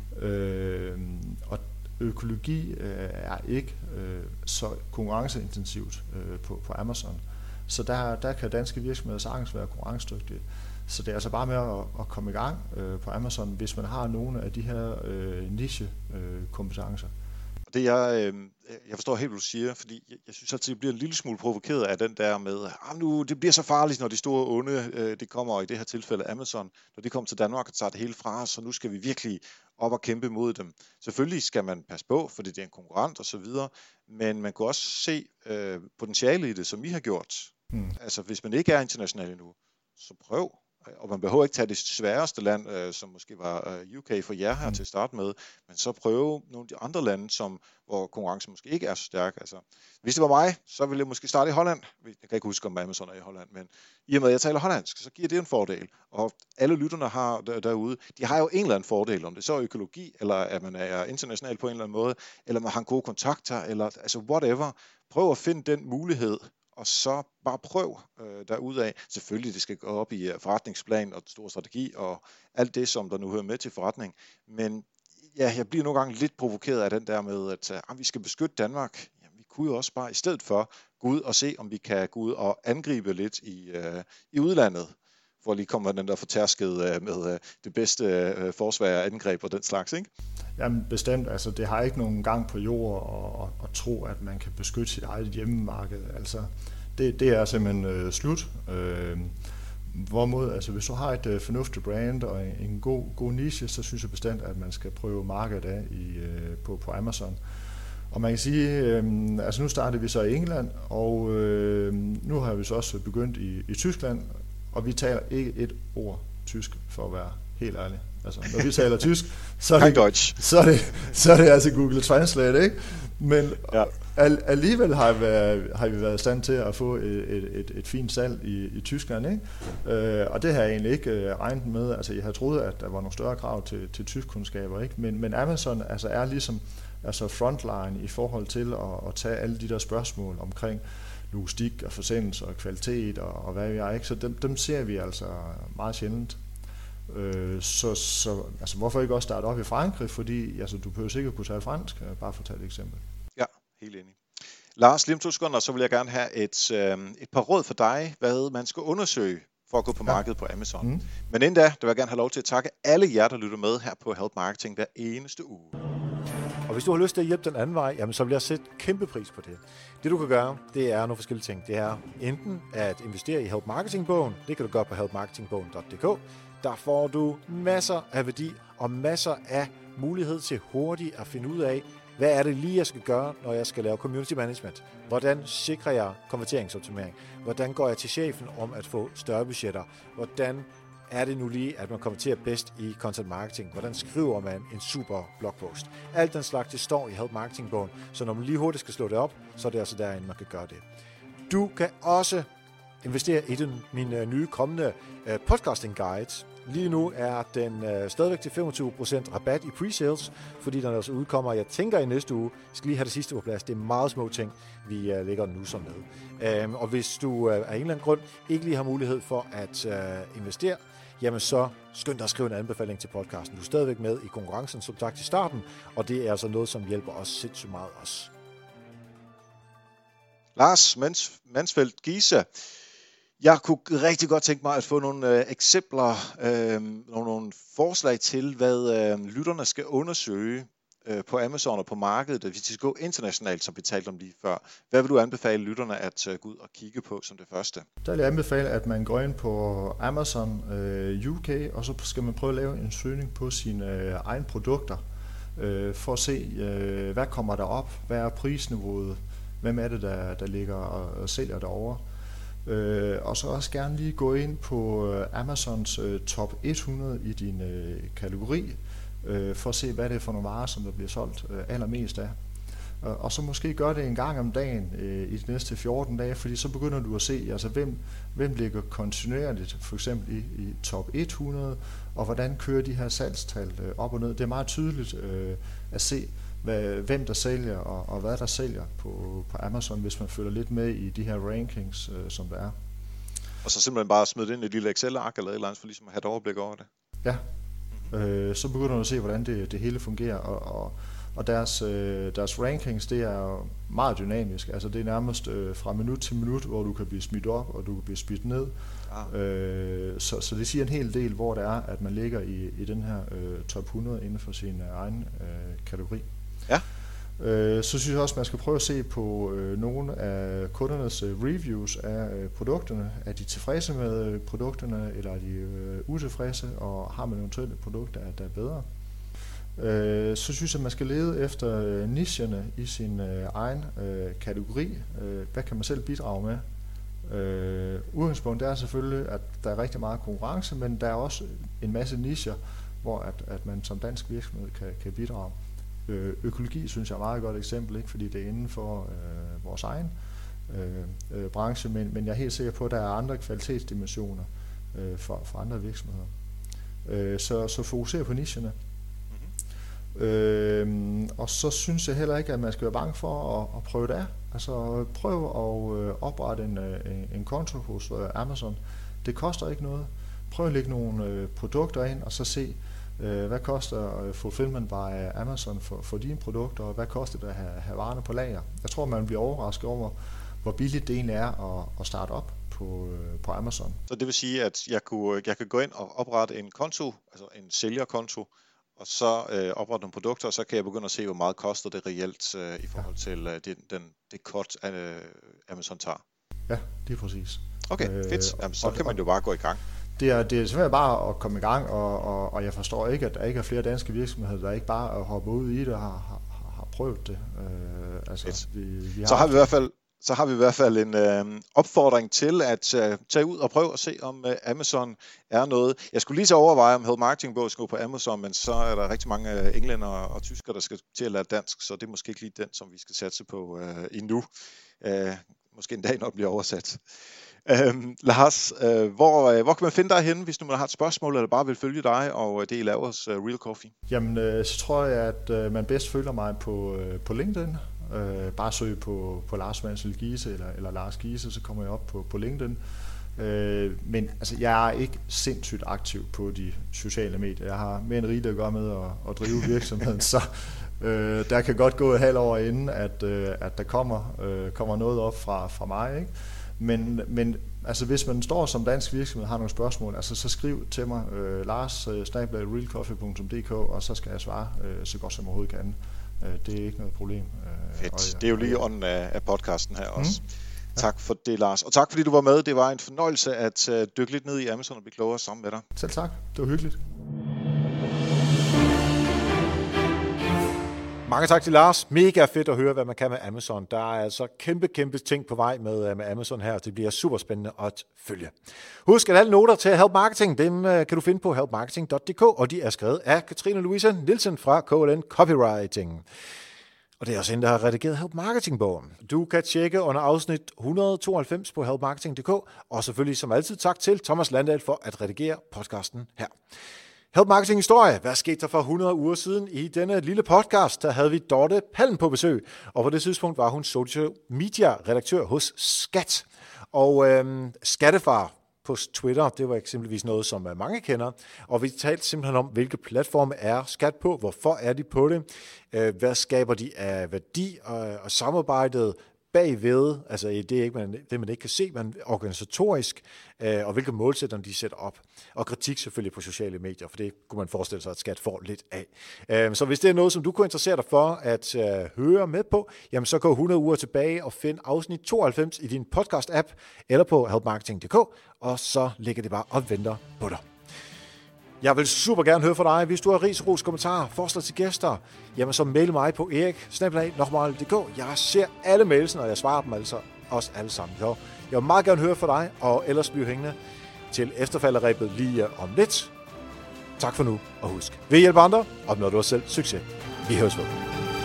Og økologi er ikke så konkurrenceintensivt på Amazon. Så der kan danske virksomheder sagtens være konkurrencedygtige. Så det er altså bare med at komme i gang på Amazon, hvis man har nogle af de her niche-kompetencer. Det jeg forstår helt, hvad du siger, fordi jeg synes altid, jeg bliver en lille smule provokeret af den der med, nu det bliver så farligt, når de store onde, det kommer i det her tilfælde Amazon, når de kommer til Danmark og tager det hele fra os, så nu skal vi virkelig op og kæmpe mod dem. Selvfølgelig skal man passe på, fordi det er en konkurrent og så videre, men man kan også se potentiale i det, som I har gjort. Altså hvis man ikke er international endnu, så prøv. Og man behøver ikke tage det sværeste land, som måske var UK for jer her til at starte med, men så prøve nogle af de andre lande, hvor konkurrencen måske ikke er så stærk. Altså, hvis det var mig, så ville jeg måske starte i Holland. Jeg kan ikke huske, om Amazon er i Holland, men i og med, at jeg taler hollandsk, så giver det en fordel. Og alle lytterne har derude, de har jo en eller anden fordel, om det så er økologi, eller at man er international på en eller anden måde, eller man har gode kontakter, eller altså whatever. Prøv at finde den mulighed, og så bare prøv derudaf. Selvfølgelig, det skal gå op i forretningsplan og stor strategi og alt det, som der nu hører med til forretning. Men ja, jeg bliver nogle gange lidt provokeret af den der med, at vi skal beskytte Danmark. Jamen, vi kunne jo også bare i stedet for gå ud og se, om vi kan gå ud og angribe lidt i udlandet, for lige komme den der fortærsket med det bedste forsvar og angreb og den slags, ikke? Jamen bestemt, altså det har ikke nogen gang på jord at tro, at man kan beskytte sit eget hjemmemarked. Altså det er simpelthen slut. Hvorimod, altså hvis du har et fornuftigt brand og en god niche, så synes jeg bestemt, at man skal prøve markedet af på Amazon. Og man kan sige, altså nu startede vi så i England, og nu har vi så også begyndt i Tyskland, og vi taler ikke et ord tysk, for at være helt ærlig. Altså, når vi taler tysk, så er det altså Google Translate, ikke? Men alligevel har vi været i stand til at få et fint salg i Tyskland, ikke? Og det har jeg egentlig ikke regnet med. Altså, jeg har troet, at der var nogle større krav til tyskkundskaber, ikke? Men Amazon altså, er ligesom frontline i forhold til at tage alle de der spørgsmål omkring logistik og forsendelse og kvalitet og hvad vi er, ikke? Så dem ser vi altså meget sjældent. Så altså, hvorfor ikke også starte op i Frankrig? Fordi altså, du behøver sikkert kunne tale fransk, bare for at tage et eksempel. Ja, helt enig. Lars, lige om 2 sekunder, så vil jeg gerne have et par råd for dig, hvad man skal undersøge for at gå på markedet på Amazon. Mm. Men inden da, der vil jeg gerne have lov til at takke alle jer, der lytter med her på Help Marketing hver eneste uge. Og hvis du har lyst til at hjælpe den anden vej, jamen så vil jeg sætte kæmpe pris på det. Det du kan gøre, det er nogle forskellige ting. Det er enten at investere i Help Marketing-bogen. Det kan du gøre på helpmarketingbogen.dk. Der får du masser af værdi og masser af mulighed til hurtigt at finde ud af, hvad er det lige, jeg skal gøre, når jeg skal lave community management? Hvordan sikrer jeg konverteringsoptimering? Hvordan går jeg til chefen om at få større budgetter? Hvordan er det nu lige, at man konverterer bedst i content marketing? Hvordan skriver man en super blogpost? Alt den slags, det står i Help Marketing-bogen, så når man lige hurtigt skal slå det op, så er det altså derinde, man kan gøre det. Du kan også investere i min nye kommende podcasting guide. Lige nu er den stadigvæk til 25% rabat i pre-sales, fordi den altså udkommer, jeg tænker i næste uge. Jeg skal lige have det sidste på plads. Det er meget små ting, vi lægger nu som med. Og hvis du af en eller anden grund ikke lige har mulighed for at investere, jamen så skynd dig at skrive en anbefaling til podcasten. Du er stadigvæk med i konkurrencen, som sagt i starten, og det er altså noget, som hjælper os sindssygt meget også. Lars Mansfeldt Giese, jeg kunne rigtig godt tænke mig at få nogle eksempler, nogle forslag til, hvad lytterne skal undersøge på Amazon og på markedet, hvis de skal gå internationalt, som vi talte om lige før. Hvad vil du anbefale lytterne at gå ud og kigge på som det første? Der vil jeg anbefale, at man går ind på Amazon UK, og så skal man prøve at lave en søgning på sine egne produkter, for at se, hvad kommer der op, hvad er prisniveauet, hvem er det, der ligger og sælger derovre. Og så også gerne lige gå ind på Amazons top 100 i din kategori, for at se, hvad det er for nogle varer, som der bliver solgt allermest af. Og så måske gøre det en gang om dagen i de næste 14 dage, fordi så begynder du at se, altså hvem ligger kontinuerligt, for eksempel i top 100, og hvordan kører de her salgstal op og ned. Det er meget tydeligt at se, hvem der sælger og hvad der sælger på Amazon, hvis man følger lidt med i de her rankings, som der er. Og så simpelthen bare smide det ind i et lille Excel-ark eller et eller andet, for ligesom at have et overblik over det. Ja, så begynder du at se, hvordan det hele fungerer, og deres rankings, det er meget dynamisk. Altså det er nærmest fra minut til minut, hvor du kan blive smidt op, og du kan blive smidt ned. Så det siger en hel del, hvor det er, at man ligger i den her top 100 inden for sin egen kategori. Ja. Så synes jeg også, at man skal prøve at se på nogle af kundernes reviews af produkterne. Er de tilfredse med produkterne, eller er de utilfredse, og har man eventuelt et produkt, der er bedre? Så synes jeg, at man skal lede efter nicherne i sin egen kategori. Hvad kan man selv bidrage med? Udgangspunktet er selvfølgelig, at der er rigtig meget konkurrence, men der er også en masse nicher, hvor at man som dansk virksomhed kan bidrage. Økologi synes jeg er et meget godt eksempel, ikke? Fordi det er inden for vores egen branche, men jeg er helt sikker på, at der er andre kvalitetsdimensioner for andre virksomheder. Så fokuser på nicherne. Og så synes jeg heller ikke, at man skal være bange for at prøve det af. Altså prøv at oprette en konto hos Amazon. Det koster ikke noget. Prøv at lægge nogle produkter ind, og så se, hvad koster fulfillment by Amazon for dine produkter, og hvad koster det at have varerne på lager. Jeg tror, man bliver overrasket over, hvor billigt det egentlig er at starte op på Amazon. Så det vil sige, at jeg kan gå ind og oprette en konto, altså en sælgerkonto, og så oprette nogle produkter, og så kan jeg begynde at se, hvor meget koster det reelt i forhold til det cut, Amazon tager. Ja, det er præcis. Okay, fedt. Jamen, så kan man jo bare gå i gang. Det er simpelthen bare at komme i gang, og jeg forstår ikke, at der ikke er flere danske virksomheder, der ikke bare hopper ud i det og har prøvet det. Så har vi i hvert fald en opfordring til at tage ud og prøve at se, om Amazon er noget. Jeg skulle lige så overveje, om Help Marketing-bog skal gå på Amazon, men så er der rigtig mange englænder og tyskere, der skal til at lære dansk, så det er måske ikke lige den, som vi skal satse på endnu. Måske en dag, når det bliver oversat. Lars, hvor kan man finde dig henne, hvis nu man har et spørgsmål, eller bare vil følge dig og dele af vores Real Coffee? Jamen, så tror jeg, at man bedst følger mig på LinkedIn. Bare søg på Lars Mansell Giese eller Lars Giese, så kommer jeg op på LinkedIn. Men altså, jeg er ikke sindssygt aktiv på de sociale medier. Jeg har mere end rigeligt at gøre med at drive virksomheden, så der kan godt gå et halvt år inden, at der kommer noget op fra mig, ikke? Men altså, hvis man står som dansk virksomhed og har nogle spørgsmål, altså, så skriv til mig, lars@realcoffee.dk, og så skal jeg svare så godt som overhovedet kan. Det er ikke noget problem. Fedt. Det er jo lige ånden af podcasten her også. Tak for det, Lars. Og tak fordi du var med. Det var en fornøjelse at dykke lidt ned i Amazon og blive klogere sammen med dig. Selv tak. Det var hyggeligt. Mange tak til Lars. Mega fedt at høre, hvad man kan med Amazon. Der er altså kæmpe ting på vej med Amazon her. Det bliver super spændende at følge. Husk, at alle noter til Help Marketing, dem kan du finde på helpmarketing.dk, og de er skrevet af Katrine Louise Nielsen fra KLN Copywriting. Og det er også hende, der har redigeret Help Marketing-bogen. Du kan tjekke under afsnit 192 på helpmarketing.dk, og selvfølgelig som altid tak til Thomas Landahl for at redigere podcasten her. Help Marketing Historie. Hvad skete der for 100 uger siden i denne lille podcast? Der havde vi Dorte Palm på besøg, og på det tidspunkt var hun social media-redaktør hos Skat. Og Skattefar på Twitter, det var eksempelvis noget, som mange kender, og vi talte simpelthen om, hvilke platforme er Skat på, hvorfor er de på det, hvad skaber de af værdi og samarbejdet bagved, altså det er ikke det, man ikke kan se, men organisatorisk, og hvilke målsætninger de sætter op. Og kritik selvfølgelig på sociale medier, for det kunne man forestille sig, at Skat får lidt af. Så hvis det er noget, som du kunne interessere dig for at høre med på, jamen så gå 100 uger tilbage og find afsnit 92 i din podcast-app, eller på helpmarketing.dk, og så ligger det bare og venter på dig. Jeg vil super gerne høre fra dig. Hvis du har ris, ros, kommentarer, forslag til gæster, jamen så mail mig på erik@nokmal.dk. Jeg ser alle mailsene, og jeg svarer dem altså også alle sammen. Så jeg vil meget gerne høre fra dig, og ellers bliv hængende til efterfalderæbet lige om lidt. Tak for nu, og husk, ved hjælpe andre, opnår du også selv succes. Vi høres ved.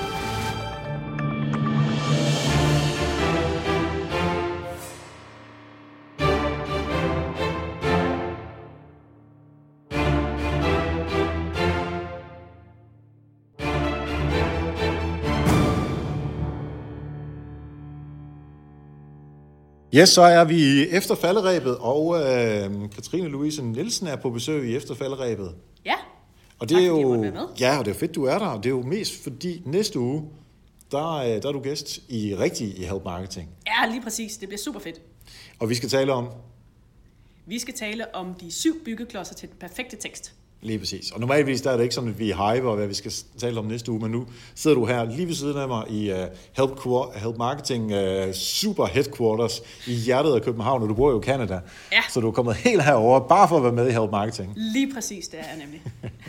Ja, så er vi i efterfalderæbet, og Katrine Louise Nielsen er på besøg i efterfalderæbet. Ja, og det er jo, med. Ja, og det er fedt, du er der. Og det er jo mest fordi næste uge, der er du gæst i Help Marketing. Ja, lige præcis. Det bliver super fedt. Og vi skal tale om? Vi skal tale om de 7 byggeklodser til den perfekte tekst. Lige præcis. Og normalvis der er det ikke sådan, at vi hyper, hvad vi skal tale om næste uge, men nu sidder du her lige ved siden af mig i Help Marketing Super Headquarters i hjertet af København, og du bor jo i Canada. Ja. Så du er kommet helt herover bare for at være med i Help Marketing. Lige præcis, det er jeg nemlig.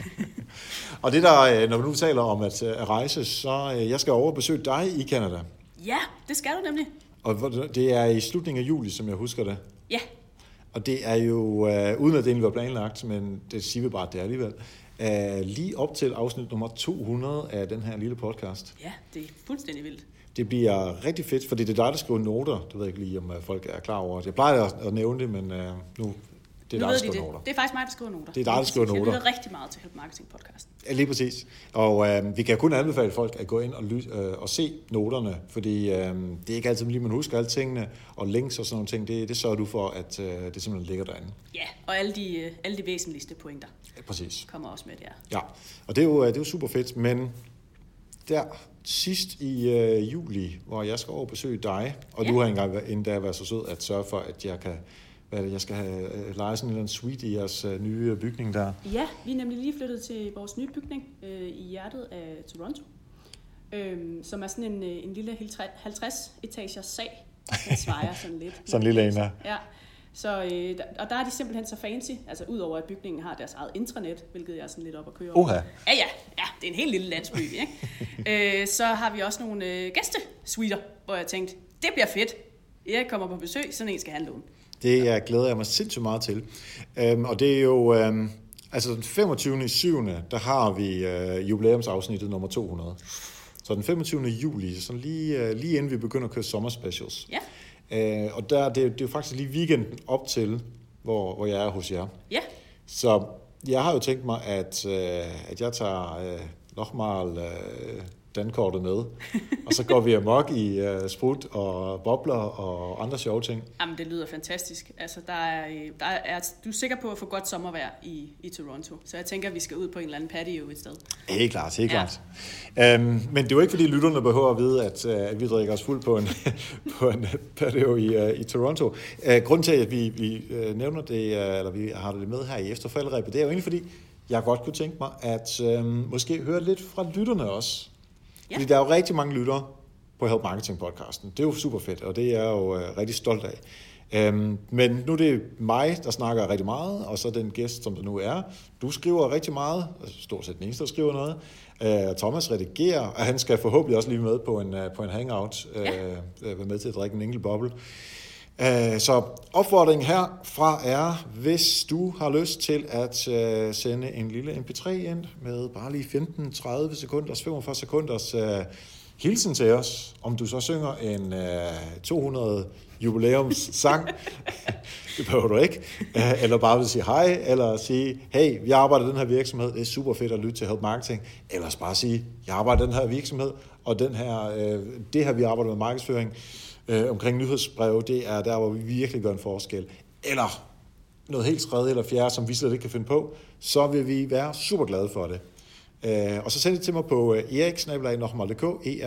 Og det der, når vi nu taler om at rejse, så jeg skal over og besøge dig i Canada. Ja, det skal du nemlig. Og det er i slutningen af juli, som jeg husker det. Ja. Og det er jo, uden at det egentlig var planlagt, men det siger vi bare, at det er alligevel, lige op til afsnit nummer 200 af den her lille podcast. Ja, det er fuldstændig vildt. Det bliver rigtig fedt, fordi det er dig, der skriver noter. Det ved jeg ikke lige, om folk er klar over det. Jeg plejer at nævne det, men nu det er dig, der skriver noter. Det er faktisk mig, der skriver noter. Det er dig, der skriver noter. Jeg lytter rigtig meget til Help Marketing-podcasten. Ja, lige præcis. Og vi kan kun anbefale folk at gå ind og se noterne, fordi det er ikke altid lige, man husker alle tingene, og links og sådan nogle ting, det sørger du for, at det simpelthen ligger derinde. Ja, og alle de væsentligste pointer. Ja, præcis. Kommer også med der. Ja, og det er jo super fedt, men der sidst i juli, hvor jeg skal over besøge dig, og du har endda været så sød at sørge for, at jeg skal have lejet sådan en suite i jeres nye bygning der. Ja, vi er nemlig lige flyttet til vores nye bygning i hjertet af Toronto, som er sådan en lille 50-etagers sag. Den svejer sådan lidt. Sådan en lille en, ja. Så, og der er de simpelthen så fancy, altså udover at bygningen har deres eget intranet, hvilket jeg er sådan lidt op at køre over. Oha. Ja, det er en helt lille landsby, ikke? Så har vi også nogle gæstesuiter, hvor jeg tænkte, det bliver fedt. Jeg kommer på besøg, sådan en skal han låne. Det glæder jeg mig sindssygt meget til. Og det er jo, altså den 25.7., der har vi jubilæumsafsnittet nummer 200. Så den 25. juli, så lige inden vi begynder at køre sommerspecials. Ja. Og det er jo faktisk lige weekenden op til, hvor jeg er hos jer. Ja. Så jeg har jo tænkt mig, at jeg tager nogmal dankortet med, og så går vi amok i sprut og bobler og andre sjove ting. Jamen, det lyder fantastisk. Altså, du er sikker på at få godt sommervejr i Toronto, så jeg tænker, at vi skal ud på en eller anden patio et sted. Helt klart. Men det er jo ikke, fordi lytterne behøver at vide, at vi drikker os fuld på en patio i Toronto. Grunden til, at vi nævner det, eller vi har det med her i efterfaldrebet, det er jo egentlig, fordi jeg godt kunne tænke mig, at måske høre lidt fra lytterne også. Ja. Fordi der er jo rigtig mange lyttere på Help Marketing podcasten. Det er jo super fedt, og det er jeg jo rigtig stolt af. Men nu er det mig, der snakker rigtig meget, og så den gæst, som der nu er. Du skriver rigtig meget, altså stort set den eneste, der skriver noget. Thomas redigerer, og han skal forhåbentlig også lige med på en hangout. Være med til at drikke en enkelt boble. Så opfordringen herfra er, hvis du har lyst til at sende en lille mp3 ind med bare lige 15-30 sekunders, 45 sekunders hilsen til os, om du så synger en 200 jubilæumssang, det behøver du ikke, eller bare vil sige hej, eller sige, hey, jeg arbejder i den her virksomhed, det er super fedt at lytte til Help Marketing, eller bare sige, jeg arbejder i den her virksomhed, og det her vi arbejder med markedsføring, omkring nyhedsbreve, det er der, hvor vi virkelig gør en forskel. Eller noget helt tredje eller fjerde, som vi slet ikke kan finde på, så vil vi være super glade for det. Og så send det til mig på erik@nokmal.dk,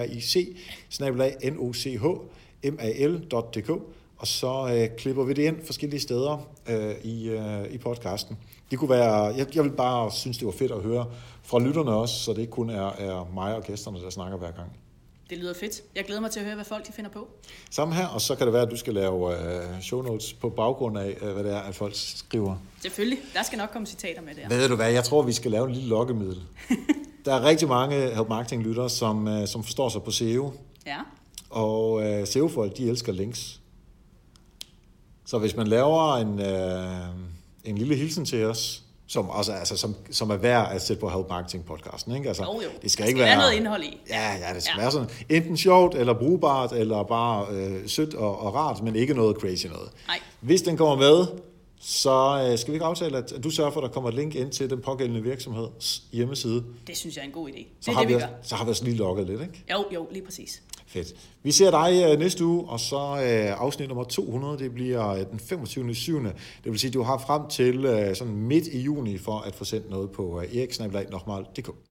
eric@nochmal.dk, og så klipper vi det ind forskellige steder i podcasten. Det kunne være, jeg vil bare synes, det var fedt at høre fra lytterne også, så det ikke kun er mig og gæsterne, der snakker hver gang. Det lyder fedt. Jeg glæder mig til at høre, hvad folk de finder på. Sammen her, og så kan det være, at du skal lave show notes på baggrund af, hvad det er, at folk skriver. Selvfølgelig. Der skal nok komme citater med der. Ved du hvad, jeg tror, vi skal lave en lille lokkemiddel. Der er rigtig mange Help Marketing-lyttere, som forstår sig på SEO. Ja. Og SEO-folk, de elsker links. Så hvis man laver en lille hilsen til os, som er værd at sætte på Help Marketing podcasten, ikke? Altså, jo. Det skal ikke være noget indhold i. Ja, det skal være sådan enten sjovt eller brugbart eller bare sødt og rart, men ikke noget crazy noget. Nej. Hvis den kommer med, så skal vi ikke aftale, at du sørger for, at der kommer et link ind til den pågældende virksomheds hjemmeside. Det synes jeg er en god idé. Så har vi også lige logget lidt, ikke? Jo, lige præcis. Fedt. Vi ser dig næste uge, og så afsnit nummer 200, det bliver den 25.7. Det vil sige, at du har frem til sådan midt i juni for at få sendt noget på eric@nokmal.dk.